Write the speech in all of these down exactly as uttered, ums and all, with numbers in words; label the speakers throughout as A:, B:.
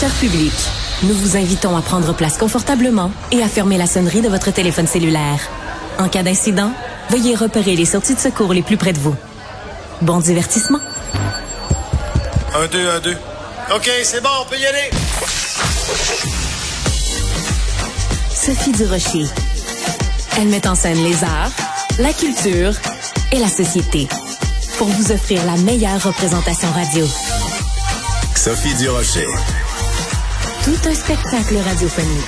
A: Cher public, nous vous invitons à prendre place confortablement et à fermer la sonnerie de votre téléphone cellulaire. En cas d'incident, veuillez repérer les sorties de secours les plus près de vous. Bon divertissement.
B: Un, deux, un, deux. OK, c'est bon, on peut y aller.
A: Sophie Durocher. Elle met en scène les arts, la culture et la société pour vous offrir la meilleure représentation radio.
B: Sophie Durocher.
A: Tout un spectacle radiophonique.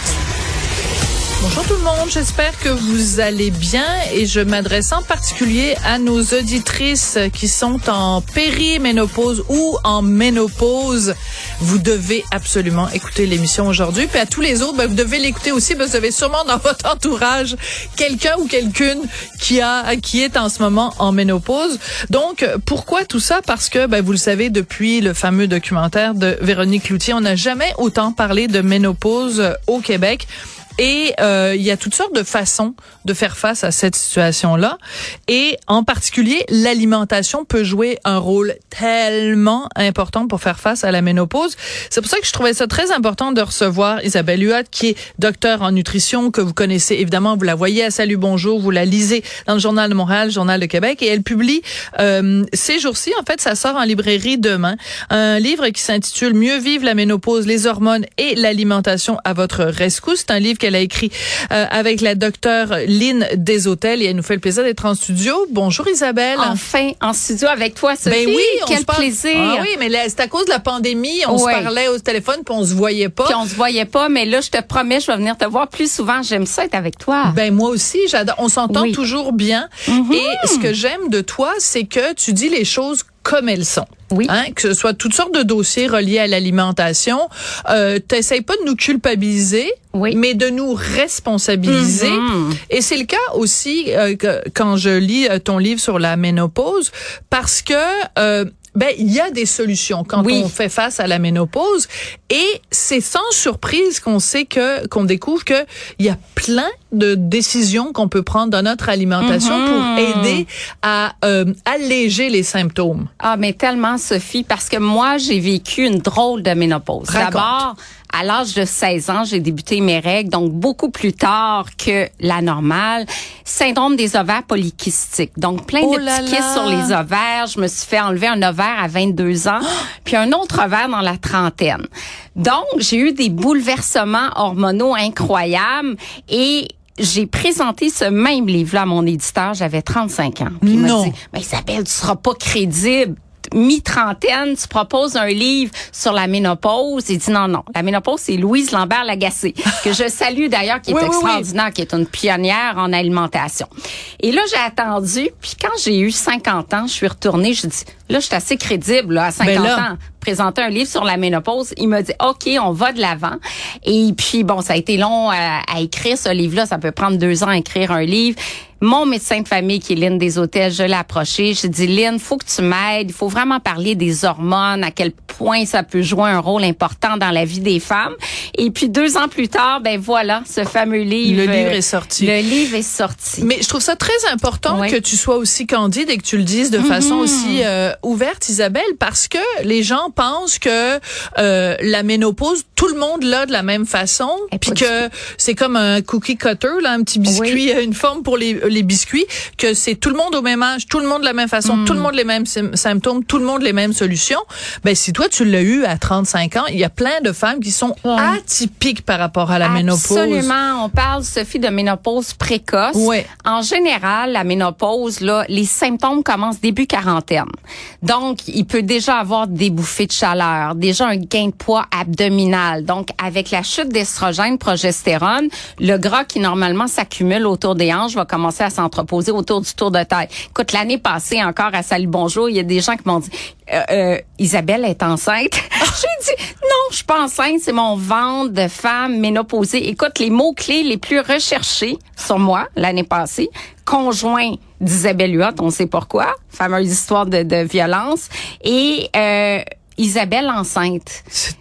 C: Bonjour tout le monde, j'espère que vous allez bien et je m'adresse en particulier à nos auditrices qui sont en périménopause ou en ménopause. Vous devez absolument écouter l'émission aujourd'hui. Puis à tous les autres, ben, vous devez l'écouter aussi parce que vous avez sûrement dans votre entourage quelqu'un ou quelqu'une qui a qui est en ce moment en ménopause. Donc, pourquoi tout ça? Parce que, ben, vous le savez, depuis le fameux documentaire de Véronique Cloutier, on n'a jamais autant parlé de ménopause au Québec. Et euh, il y a toutes sortes de façons de faire face à cette situation-là. Et en particulier, l'alimentation peut jouer un rôle tellement important pour faire face à la ménopause. C'est pour ça que je trouvais ça très important de recevoir Isabelle Huot, qui est docteure en nutrition, que vous connaissez évidemment, vous la voyez à Salut Bonjour, vous la lisez dans le Journal de Montréal, le Journal de Québec, et elle publie euh, ces jours-ci, en fait, ça sort en librairie demain, un livre qui s'intitule « Mieux vivre la ménopause, les hormones et l'alimentation à votre rescousse ». C'est un livre qu'elle a écrit euh, avec la docteure Lynn Deshôtels et elle nous fait le plaisir d'être en studio. Bonjour Isabelle.
D: Enfin, en studio avec toi, Sophie.
C: Ben oui, on
D: quel
C: se parle...
D: plaisir.
C: Ah oui, mais là, c'est à cause de la pandémie, on ouais. se parlait au téléphone puis on se voyait pas.
D: Puis on se voyait pas, mais là, je te promets, je vais venir te voir plus souvent. J'aime ça être avec toi.
C: Ben moi aussi, j'adore. On s'entend oui. toujours bien. Mm-hmm. Et ce que j'aime de toi, c'est que tu dis les choses comme elles sont.
D: Oui.
C: Hein, que ce soit toutes sortes de dossiers reliés à l'alimentation. Euh, t'essayes pas de nous culpabiliser,
D: oui.
C: mais de nous responsabiliser. Mm-hmm. Et c'est le cas aussi euh, que, quand je lis euh, ton livre sur la ménopause, parce que euh, ben il y a des solutions quand oui. on fait face à la ménopause et c'est sans surprise qu'on sait que qu'on découvre que il y a plein de décisions qu'on peut prendre dans notre alimentation mm-hmm. pour aider à euh, alléger les symptômes.
D: Ah mais tellement Sophie parce que moi j'ai vécu une drôle de ménopause.
C: Raconte.
D: D'abord à l'âge de seize ans, j'ai débuté mes règles, donc beaucoup plus tard que la normale. Syndrome des ovaires polykystiques, donc plein
C: oh
D: de
C: là
D: petits kystes sur les ovaires. Je me suis fait enlever un ovaire à vingt-deux ans, puis un autre ovaire dans la trentaine. Donc, j'ai eu des bouleversements hormonaux incroyables et j'ai présenté ce même livre-là à mon éditeur, j'avais trente-cinq ans. Puis il m'a dit, mais Isabelle, tu seras pas crédible. Mi-trentaine, tu proposes un livre sur la ménopause. Il dit non, non. La ménopause, c'est Louise Lambert-Lagacé, que je salue d'ailleurs, qui est
C: oui,
D: extraordinaire,
C: oui, oui.
D: qui est une pionnière en alimentation. Et là, j'ai attendu, puis quand j'ai eu cinquante ans, je suis retournée, je dis, là, je suis assez crédible, là, à cinquante
C: ben là.
D: ans. Présenter un livre sur la ménopause. Il m'a dit, OK, on va de l'avant. Et puis, bon, ça a été long à, à écrire ce livre-là. Ça peut prendre deux ans à écrire un livre. Mon médecin de famille, qui est Lynn Deshôtels, je l'ai approché. J'ai dit, Lynn, faut que tu m'aides. Il faut vraiment parler des hormones, à quel point ça peut jouer un rôle important dans la vie des femmes. Et puis, deux ans plus tard, ben voilà, ce fameux livre.
C: Le livre est sorti.
D: Le livre est sorti.
C: Mais je trouve ça très important
D: oui.
C: que tu sois aussi candide et que tu le dises de mm-hmm. façon aussi euh, ouverte, Isabelle, parce que les gens pensent que euh, la ménopause, tout le monde l'a de la même façon, puis que c'est comme un cookie cutter, là, un petit biscuit, oui. une forme pour les, les biscuits, que c'est tout le monde au même âge, tout le monde de la même façon, mm. tout le monde les mêmes symptômes, tout le monde les mêmes solutions. Ben si toi tu l'as eu à trente-cinq ans, il y a plein de femmes qui sont ouais. atypiques par rapport à la
D: Absolument.
C: ménopause.
D: Absolument. On parle, Sophie, de ménopause précoce.
C: Oui.
D: En général, la ménopause, là, les symptômes commencent début quarantaine. Donc, il peut déjà avoir des bouffées de chaleur, déjà un gain de poids abdominal. Donc, avec la chute d'estrogène, progestérone, le gras qui normalement s'accumule autour des hanches va commencer à s'entreposer autour du tour de taille. Écoute, l'année passée encore à Salut Bonjour, il y a des gens qui m'ont dit euh, euh, Isabelle est enceinte. J'ai dit non, je suis pas enceinte, c'est mon ventre de femme ménopausée. Écoute, les mots-clés les plus recherchés sur moi l'année passée, conjoint d'Isabelle Huot, on sait pourquoi, fameuse histoire de, de violence, et euh, Isabelle enceinte.
C: C'est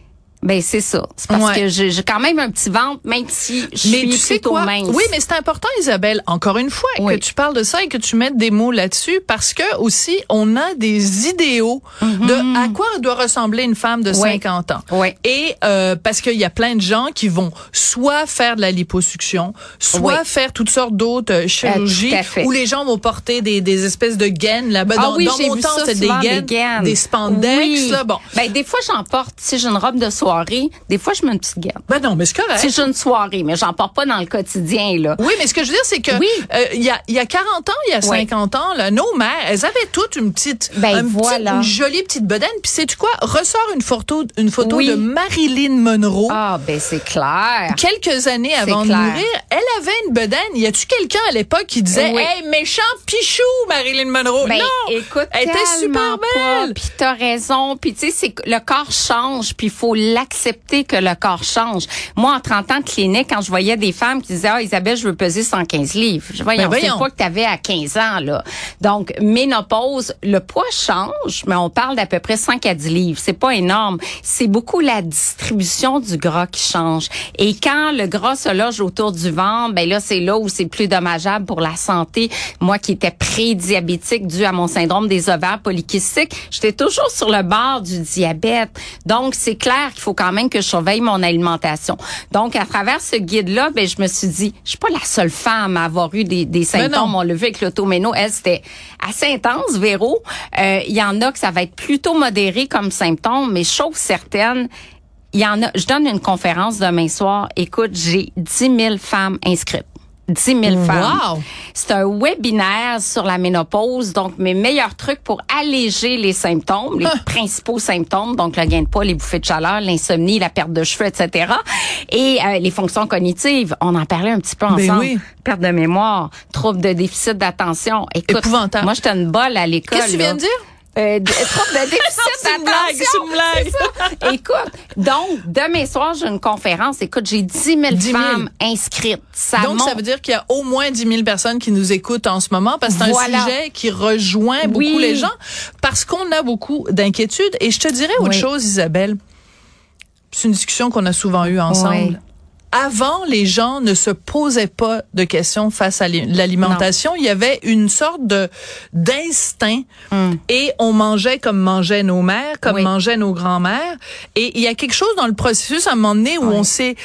D: Ben c'est ça. C'est parce
C: Ouais.
D: que j'ai, j'ai quand même un petit ventre, même si je
C: Mais
D: suis
C: tu sais
D: plutôt
C: quoi?
D: mince.
C: Oui, mais c'est important, Isabelle, encore une fois,
D: Oui.
C: que tu parles de ça et que tu mettes des mots là-dessus, parce que aussi, on a des idéaux
D: Mm-hmm.
C: de à quoi doit ressembler une femme de
D: Oui.
C: cinquante ans.
D: Oui.
C: Et euh, parce qu'il y a plein de gens qui vont soit faire de la liposuction, soit
D: Oui.
C: faire toutes sortes d'autres euh, chirurgies,
D: tout à fait.
C: où les gens vont porter des, des espèces de gaines là-bas.
D: Ah
C: dans
D: oui,
C: dans
D: j'ai
C: mon
D: vu
C: temps,
D: ça
C: c'était des
D: souvent,
C: gaines,
D: des gaines.
C: des spandex.
D: Oui.
C: Là, bon.
D: Ben des fois j'en porte. Si j'ai une robe de soirée, des fois je mets une petite gaine.
C: Ben non, mais c'est correct.
D: Si j'ai une soirée, mais j'en porte pas dans le quotidien là.
C: Oui, mais ce que je veux dire, c'est que
D: Oui.
C: euh, il y a il y a quarante ans, il y a
D: Oui.
C: cinquante ans, là, nos mères, elles avaient toutes une petite,
D: Ben,
C: un petit-
D: voilà.
C: une jolie petite bedaine. Puis sais-tu quoi? Ressort une photo, une photo
D: Oui.
C: de Marilyn Monroe.
D: Ah ben c'est clair.
C: Quelques années avant de
D: clair.
C: mourir, elle avait une bedaine. Y a-tu quelqu'un à l'époque qui disait,
D: Oui.
C: hey, méchant pichou, Marilyn Monroe?
D: Ben,
C: non!
D: écoute,
C: elle était super
D: tellement pas.
C: belle.
D: Puis t'as raison. Puis tu sais, c'est que le corps change. Puis il faut l'accepter que le corps change. Moi, en trente ans de clinique, quand je voyais des femmes qui disaient, ah Isabelle, je veux peser cent quinze livres. Je voyais,
C: Ben,
D: c'est
C: voyons.
D: quoi que t'avais à quinze ans là. Donc ménopause, le poids change, mais on parle d'à peu près cinq à dix livres. C'est pas énorme. C'est beaucoup la distribution du gras qui change. Et quand le gras se loge autour du ventre, ben là c'est là où c'est plus dommageable pour la santé. Moi qui étais pré-diabétique dû à mon syndrome des ovaires polykystiques, j'étais toujours sur le bord du diabète. Donc c'est clair qu'il faut quand même que je surveille mon alimentation. Donc à travers ce guide-là, ben je me suis dit, je suis pas la seule femme à avoir eu des, des symptômes. On l'a vu avec l'automéno, elle c'était assez intense, Véro. Euh, il y en a que ça va être plutôt modéré comme symptômes, mais chose certaine, il y en a. Je donne une conférence demain soir. Écoute, j'ai dix mille femmes inscrites. dix mille femmes.
C: Wow!
D: C'est un webinaire sur la ménopause, donc mes meilleurs trucs pour alléger les symptômes, les
C: Ah.
D: principaux symptômes, donc le gain de poids, les bouffées de chaleur, l'insomnie, la perte de cheveux, et cetera. Et euh, les fonctions cognitives, on en parlait un petit peu
C: Ben
D: ensemble.
C: oui.
D: Perte de mémoire, troubles de déficit d'attention. Écoute,
C: Épouvantable.
D: moi j'étais une bolle à l'école.
C: Qu'est-ce que tu
D: là.
C: viens de dire?
D: Euh, de- troubles de déficit
C: C'est une blague,
D: d'attention.
C: c'est une blague.
D: C'est ça. Écoute, donc, demain soir, j'ai une conférence. Écoute, j'ai dix mille
C: dix mille.
D: femmes inscrites. Ça
C: Donc,
D: monte.
C: ça veut dire qu'il y a au moins dix mille personnes qui nous écoutent en ce moment parce que c'est
D: Voilà.
C: un sujet qui rejoint beaucoup
D: Oui.
C: les gens parce qu'on a beaucoup d'inquiétudes. Et je te dirais autre
D: Oui.
C: chose, Isabelle. C'est une discussion qu'on a souvent eue ensemble.
D: Oui.
C: Avant, les gens ne se posaient pas de questions face à l'alimentation. Il y avait une sorte de d'instinct
D: Mm.
C: et on mangeait comme mangeaient nos mères, comme
D: Oui.
C: mangeaient nos grands-mères. Et il y a quelque chose dans le processus à un moment donné où
D: Oui.
C: on s'est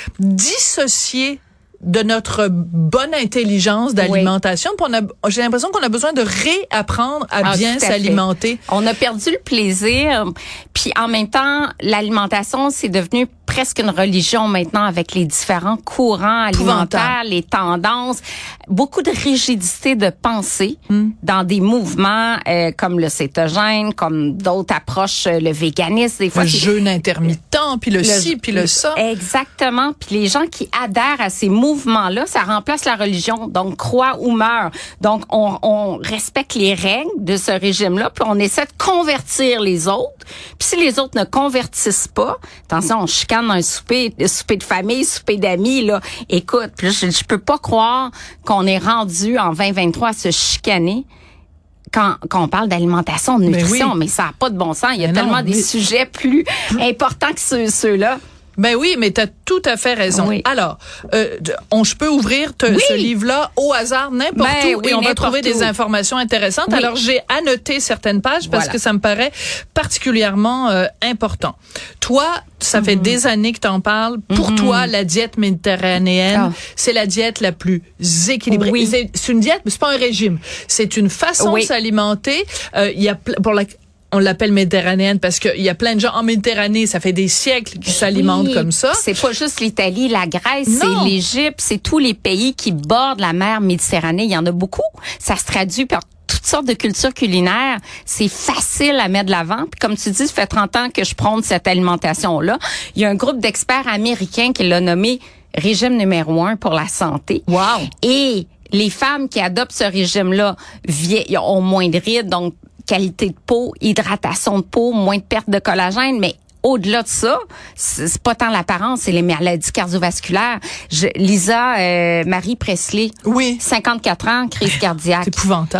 C: dissocié de notre bonne intelligence d'alimentation. Puis on a, j'ai l'impression qu'on a besoin de réapprendre à
D: Ah,
C: bien
D: tout à fait.
C: s'alimenter.
D: On a perdu le plaisir. Puis en même temps, l'alimentation, c'est devenu presque une religion maintenant avec les différents courants alimentaires, les tendances, beaucoup de rigidité de pensée
C: Mm.
D: dans des mouvements euh, comme le cétogène, comme d'autres approches, euh, le véganisme, des fois.
C: Le
D: c'est-
C: jeûne intermittent, puis le,
D: le-
C: ci, puis le ça.
D: Exactement. Puis les gens qui adhèrent à ces mouvements-là, ça remplace la religion. Donc, crois ou meurs. Donc, on, on respecte les règles de ce régime-là, puis on essaie de convertir les autres. Puis si les autres ne convertissent pas, attention, on chicane dans un souper, un souper de famille, souper d'amis, là. Écoute, puis je, je peux pas croire qu'on est rendu en vingt vingt-trois à se chicaner. Quand, quand on parle d'alimentation, de
C: Ben
D: nutrition,
C: oui.
D: mais ça n'a pas de bon sens. Il y a
C: Ben
D: tellement
C: non,
D: des
C: mais-
D: sujets plus importants que ceux, ceux-là.
C: Ben oui, mais tu as tout à fait raison.
D: Oui.
C: Alors, euh, de- on, je peux ouvrir te-
D: Oui.
C: ce livre-là au hasard n'importe
D: Ben
C: où
D: oui,
C: et on va
D: n'importe
C: trouver des
D: où.
C: informations intéressantes.
D: Oui.
C: Alors, j'ai annoté certaines pages parce
D: Voilà.
C: que ça me paraît particulièrement euh, important. Toi, ça fait des années que tu en parles. Pour toi, la diète méditerranéenne,
D: Ah.
C: c'est la diète la plus équilibrée.
D: Oui.
C: C'est c'est une diète, mais c'est pas un régime. C'est une façon
D: Oui.
C: de s'alimenter. Euh, Il y a pl- pour la on l'appelle méditerranéenne parce qu'il y a plein de gens en Méditerranée, ça fait des siècles qu'ils s'alimentent
D: Oui.
C: comme ça.
D: C'est pas juste l'Italie, la Grèce,
C: Non.
D: c'est l'Égypte, c'est tous les pays qui bordent la mer Méditerranée. Il y en a beaucoup. Ça se traduit par toutes sortes de cultures culinaires. C'est facile à mettre de l'avant. Puis comme tu dis, ça fait trente ans que je prône cette alimentation-là. Il y a un groupe d'experts américains qui l'a nommé régime numéro un pour la santé.
C: Wow.
D: Et les femmes qui adoptent ce régime-là vie- ont moins de rides, donc qualité de peau, hydratation de peau, moins de perte de collagène, mais au-delà de ça, c'est c'est pas tant l'apparence, c'est les maladies cardiovasculaires. Je, Lisa euh, Marie Presley,
C: Oui.
D: cinquante-quatre ans, crise cardiaque.
C: C'est épouvantable.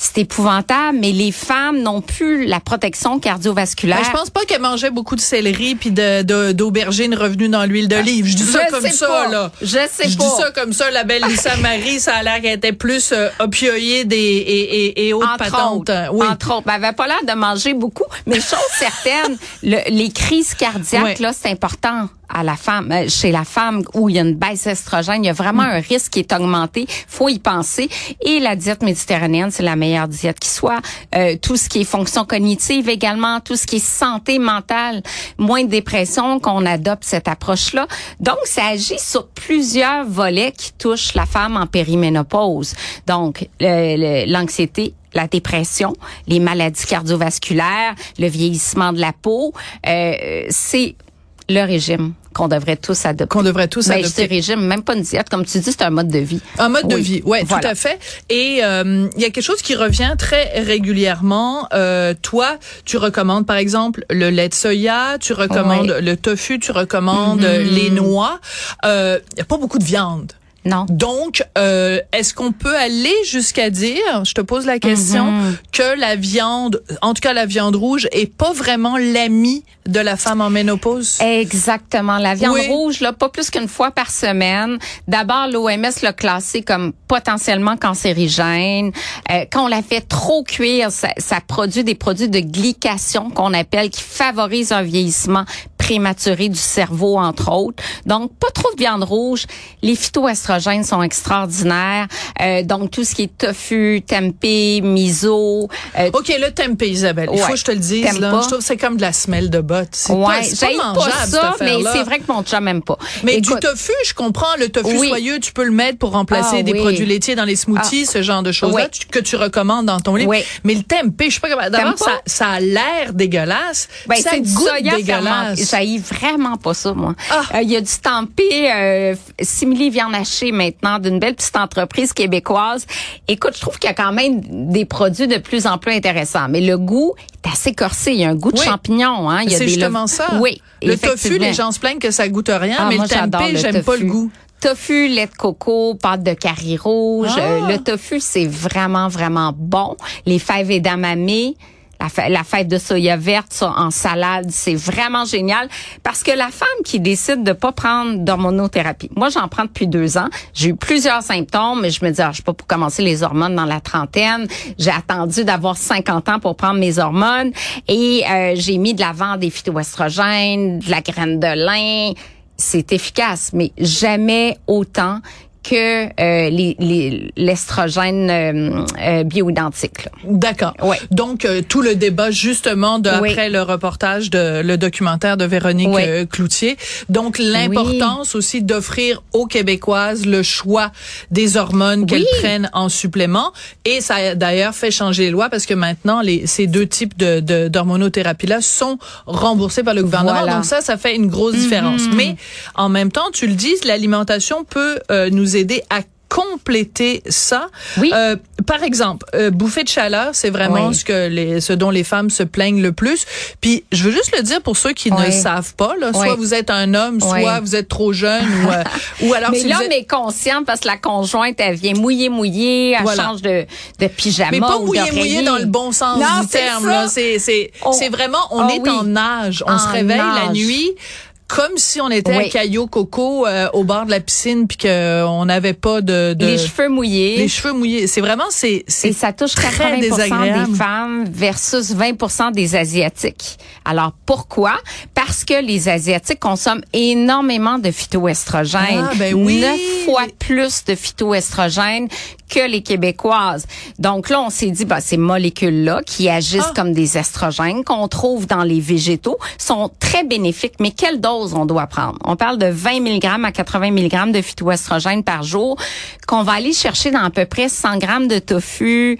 D: c'est épouvantable, mais les femmes n'ont plus la protection cardiovasculaire.
C: Ben, je pense pas qu'elle mangeait beaucoup de céleri puis de, de d'aubergines revenues dans l'huile d'olive. Je dis ça
D: je
C: comme ça,
D: pas.
C: là.
D: Je sais
C: je
D: pas.
C: Je dis ça comme ça, la belle Lisa Marie, ça a l'air qu'elle était plus euh, opioïde et, et, et, et autres
D: Entre
C: patentes.
D: Autres,
C: oui.
D: Entre autres. Ben, elle avait pas l'air de manger beaucoup, mais chose certaine, le, les crises cardiaques, ouais. là, c'est important. À la femme, chez la femme où il y a une baisse d'estrogène, il y a vraiment un risque qui est augmenté. Faut y penser. Et la diète méditerranéenne, c'est la meilleure diète qui soit. Euh, tout ce qui est fonction cognitive également, tout ce qui est santé mentale, moins de dépression, qu'on adopte cette approche-là. Donc, ça agit sur plusieurs volets qui touchent la femme en périménopause. Donc, le, le, l'anxiété, la dépression, les maladies cardiovasculaires, le vieillissement de la peau, euh, c'est le régime qu'on devrait tous adopter.
C: Qu'on devrait tous
D: ben,
C: adopter.
D: Je dis régime, même pas une diète. Comme tu dis, c'est un mode de vie.
C: Un mode
D: oui.
C: de vie, ouais, voilà. Tout à fait. Et il euh, y a quelque chose qui revient très régulièrement. Euh, toi, tu recommandes, par exemple, le lait de soya, tu recommandes oui. le tofu, tu recommandes mm-hmm. les noix. Il euh, y a pas beaucoup de viande.
D: Non.
C: Donc, euh, est-ce qu'on peut aller jusqu'à dire, je te pose la question, mm-hmm. que la viande, en tout cas la viande rouge, est pas vraiment l'amie de la femme en ménopause?
D: Exactement. La viande
C: oui.
D: rouge, là, pas plus qu'une fois par semaine. D'abord, l'O M S l'a classée comme potentiellement cancérigène. Euh, quand on la fait trop cuire, ça, ça produit des produits de glycation qu'on appelle, qui favorisent un vieillissement prématuré du cerveau, entre autres. Donc, pas trop de viande rouge. Les phytoestrogènes sont extraordinaires. Euh, donc, tout ce qui est tofu, tempeh, miso. Euh,
C: OK, le tempeh, Isabelle. Il ouais. faut que je te le dise. Là, je trouve que c'est comme de la semelle de botte. C'est
D: ouais,
C: pas, c'est pas mangeable,
D: pas ça,
C: cette
D: mais c'est vrai que mon chum m'aime pas.
C: Mais
D: Écoute,
C: du tofu, je comprends. Le tofu
D: oui.
C: soyeux, tu peux le mettre pour remplacer
D: ah,
C: des
D: oui.
C: produits laitiers dans les smoothies, ah. ce genre de choses-là
D: oui.
C: que tu recommandes dans ton livre.
D: Oui.
C: Mais le tempeh, je sais pas comment. D'abord, ça, ça a l'air dégueulasse.
D: Ben,
C: ça
D: c'est
C: goûte
D: soya
C: dégueulasse.
D: J'haïs vraiment pas ça, moi. Il
C: ah.
D: euh, y a du tempeh euh, simili viande hachée maintenant d'une belle petite entreprise québécoise. Écoute, je trouve qu'il y a quand même des produits de plus en plus intéressants. Mais le goût est assez corsé. Il y a un goût de
C: oui.
D: champignon. Hein. Il y a
C: c'est
D: des
C: justement
D: le...
C: ça.
D: Oui.
C: Le tofu, les gens se plaignent que ça goûte rien,
D: ah,
C: mais
D: moi,
C: le tempeh,
D: le
C: j'aime
D: tofu.
C: pas le goût.
D: Tofu, lait de coco, pâte de curry rouge.
C: Ah.
D: Euh, le tofu, c'est vraiment, vraiment bon. Les fèves edamame, la, fa- la fève de soya verte ça, en salade, c'est vraiment génial. Parce que la femme qui décide de pas prendre d'hormonothérapie, moi, j'en prends depuis deux ans. J'ai eu plusieurs symptômes, mais je me dis, ah, je suis pas pour commencer les hormones dans la trentaine. J'ai attendu d'avoir cinquante ans pour prendre mes hormones. Et euh, j'ai mis de l'avant des phytoestrogènes, de la graine de lin. C'est efficace, mais jamais autant que euh, les, les, l'estrogène euh, euh, bioidentique. Là.
C: D'accord.
D: Ouais.
C: Donc, euh, tout le débat, justement, de,
D: oui.
C: après le reportage, de le documentaire de Véronique
D: oui.
C: euh, Cloutier. Donc, l'importance oui. aussi d'offrir aux Québécoises le choix des hormones oui. qu'elles prennent en supplément. Et ça a d'ailleurs fait changer les lois parce que maintenant, les, ces deux types de, de, d'hormonothérapie-là sont remboursés par le gouvernement.
D: Voilà.
C: Donc ça, ça fait une grosse mm-hmm. différence. Mais en même temps, tu le dis, l'alimentation peut euh, nous aider à compléter ça.
D: Oui.
C: Euh, par exemple, euh, bouffée de chaleur, c'est vraiment
D: oui.
C: ce que les, ce dont les femmes se plaignent le plus. Puis, je veux juste le dire pour ceux qui oui. ne savent pas, là, soit oui. vous êtes un homme, soit oui. vous êtes trop jeune, ou, euh, ou alors
D: mais
C: si
D: l'homme
C: vous êtes...
D: est conscient parce que la conjointe, elle vient mouiller, mouiller, elle voilà. change de, de pyjama.
C: Mais pas
D: ou
C: mouiller, mouiller dans le bon sens
D: non,
C: du terme. Là. C'est, c'est, on... c'est vraiment, on oh, est oui. en âge. On en se réveille âge. La nuit. Comme si on était oui. à Caillou Coco euh, au bord de la piscine puis que on n'avait pas de, de
D: les cheveux mouillés.
C: Les cheveux mouillés, c'est vraiment c'est c'est
D: et ça touche
C: très
D: quatre-vingts pour cent
C: désagréable.
D: Des femmes versus vingt pour cent des asiatiques. Alors pourquoi? Parce que les asiatiques consomment énormément de phytoestrogènes.
C: Ah, ben oui.
D: Neuf fois plus de phytoestrogènes que les Québécoises. Donc là, on s'est dit, bah, ces molécules-là qui agissent ah. comme des estrogènes qu'on trouve dans les végétaux sont très bénéfiques. Mais quelle dose on doit prendre? On parle de vingt milligrammes à quatre-vingts milligrammes de phytoestrogènes par jour qu'on va aller chercher dans à peu près cent grammes de tofu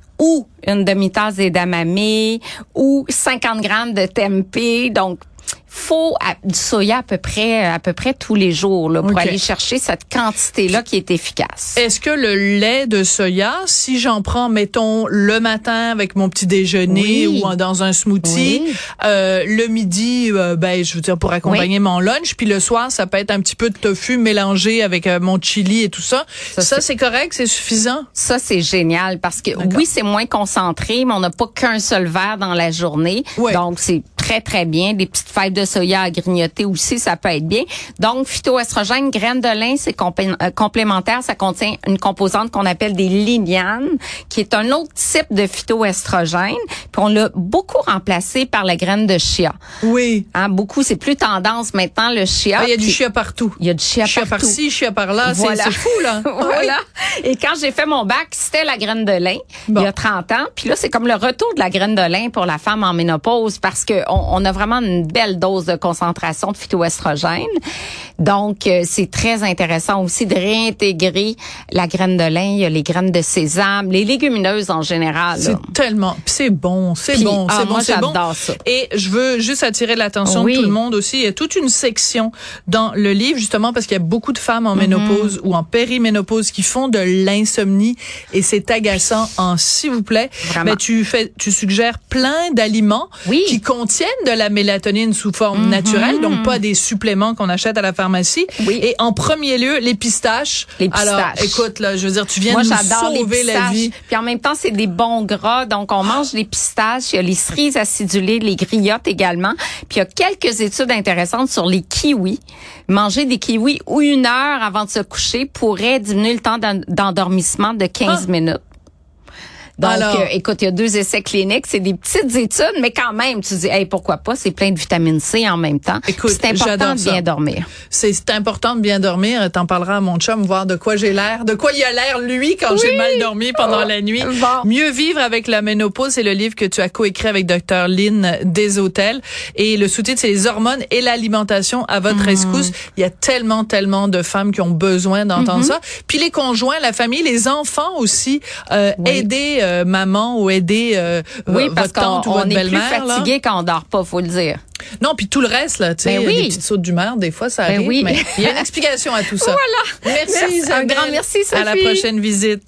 D: ou une demi-tasse d'edamame ou cinquante grammes de tempeh. Donc, faut à, du soya à peu près à peu près tous les jours là, pour
C: okay.
D: aller chercher cette quantité-là qui est efficace.
C: Est-ce que le lait de soya, si j'en prends, mettons, le matin avec mon petit déjeuner
D: oui.
C: ou dans un smoothie, oui. euh, le midi, euh, ben, je veux dire, pour accompagner oui. mon lunch, puis le soir, ça peut être un petit peu de tofu mélangé avec euh, mon chili et tout ça. Ça, ça c'est correct? C'est suffisant?
D: Ça, c'est génial parce que D'accord. oui, c'est moins concentré, mais on n'a pas qu'un seul verre dans la journée. Oui. Donc, c'est très, très bien. Des petites fèves de soya à grignoter aussi, ça peut être bien. Donc, phytoestrogène, graines de lin, c'est compé- euh, complémentaire. Ça contient une composante qu'on appelle des lignanes, qui est un autre type de phytoestrogène. Puis on l'a beaucoup remplacé par la graine de chia.
C: Oui.
D: Hein, beaucoup, c'est plus tendance maintenant, le chia.
C: Ah, il y a du chia partout.
D: Il y a du chia,
C: chia
D: partout.
C: Chia par-ci, chia par-là.
D: Voilà.
C: C'est, c'est fou, là.
D: Voilà. Et quand j'ai fait mon bac, c'était la graine de lin, bon. il y a trente ans. Puis là, c'est comme le retour de la graine de lin pour la femme en ménopause parce que on, on a vraiment une belle dose de concentration de phytoestrogène. Donc, euh, c'est très intéressant aussi de réintégrer la graine de lin. Il y a les graines de sésame, les légumineuses en général.
C: C'est
D: là.
C: tellement, pis c'est bon, c'est
D: Puis,
C: bon,
D: ah,
C: c'est
D: moi,
C: bon, c'est
D: j'adore
C: bon.
D: ça.
C: Et je veux juste attirer l'attention
D: oui.
C: de tout le monde aussi. Il y a toute une section dans le livre, justement, parce qu'il y a beaucoup de femmes en mm-hmm. ménopause ou en périménopause qui font de l'insomnie et c'est agaçant en s'il vous plaît.
D: Vraiment.
C: Ben, tu fais, tu suggères plein d'aliments
D: oui.
C: qui contiennent de la mélatonine sous forme mm-hmm. naturelle, donc pas des suppléments qu'on achète à la pharmacie.
D: Oui.
C: Et en premier lieu, les pistaches.
D: Les pistaches.
C: Alors, écoute, là, je veux dire, tu viens
D: Moi,
C: de nous
D: j'adore
C: sauver
D: les
C: la vie.
D: Puis en même temps, c'est des bons gras. Donc, on mange des pistaches. Il y a les cerises acidulées, les griottes également. Puis il y a quelques études intéressantes sur les kiwis. Manger des kiwis ou une heure avant de se coucher pourrait diminuer le temps d'endormissement de quinze ah. minutes. Donc,
C: Alors,
D: euh, écoute, il y a deux essais cliniques, c'est des petites études, mais quand même, tu dis, hey, pourquoi pas, c'est plein de vitamine C en même temps.
C: Écoute,
D: c'est important de bien
C: ça.
D: dormir.
C: C'est, c'est important de bien dormir. T'en parleras à mon chum, voir de quoi j'ai l'air, de quoi il a l'air, lui, quand
D: oui.
C: j'ai mal dormi pendant oh. la nuit.
D: Bon.
C: Mieux vivre avec la ménopause, c'est le livre que tu as coécrit avec docteur Lynn Desautels. Et le sous-titre, c'est les hormones et l'alimentation à votre mmh. rescousse. Il y a tellement, tellement de femmes qui ont besoin d'entendre mmh. ça. Puis les conjoints, la famille, les enfants aussi, euh, oui. aider euh, maman ou aider euh,
D: oui,
C: votre tante ou votre belle-mère.
D: Oui, parce qu'on est plus fatigué quand on dort pas, faut le dire.
C: Non, puis tout le reste, là, tu sais,
D: ben oui.
C: des petites sautes d'humeur, des fois, ça arrive.
D: Ben oui.
C: Mais il y a une explication à tout ça.
D: Voilà.
C: Merci,
D: merci.
C: Isabelle.
D: Un grand merci, Sophie.
C: À la prochaine visite.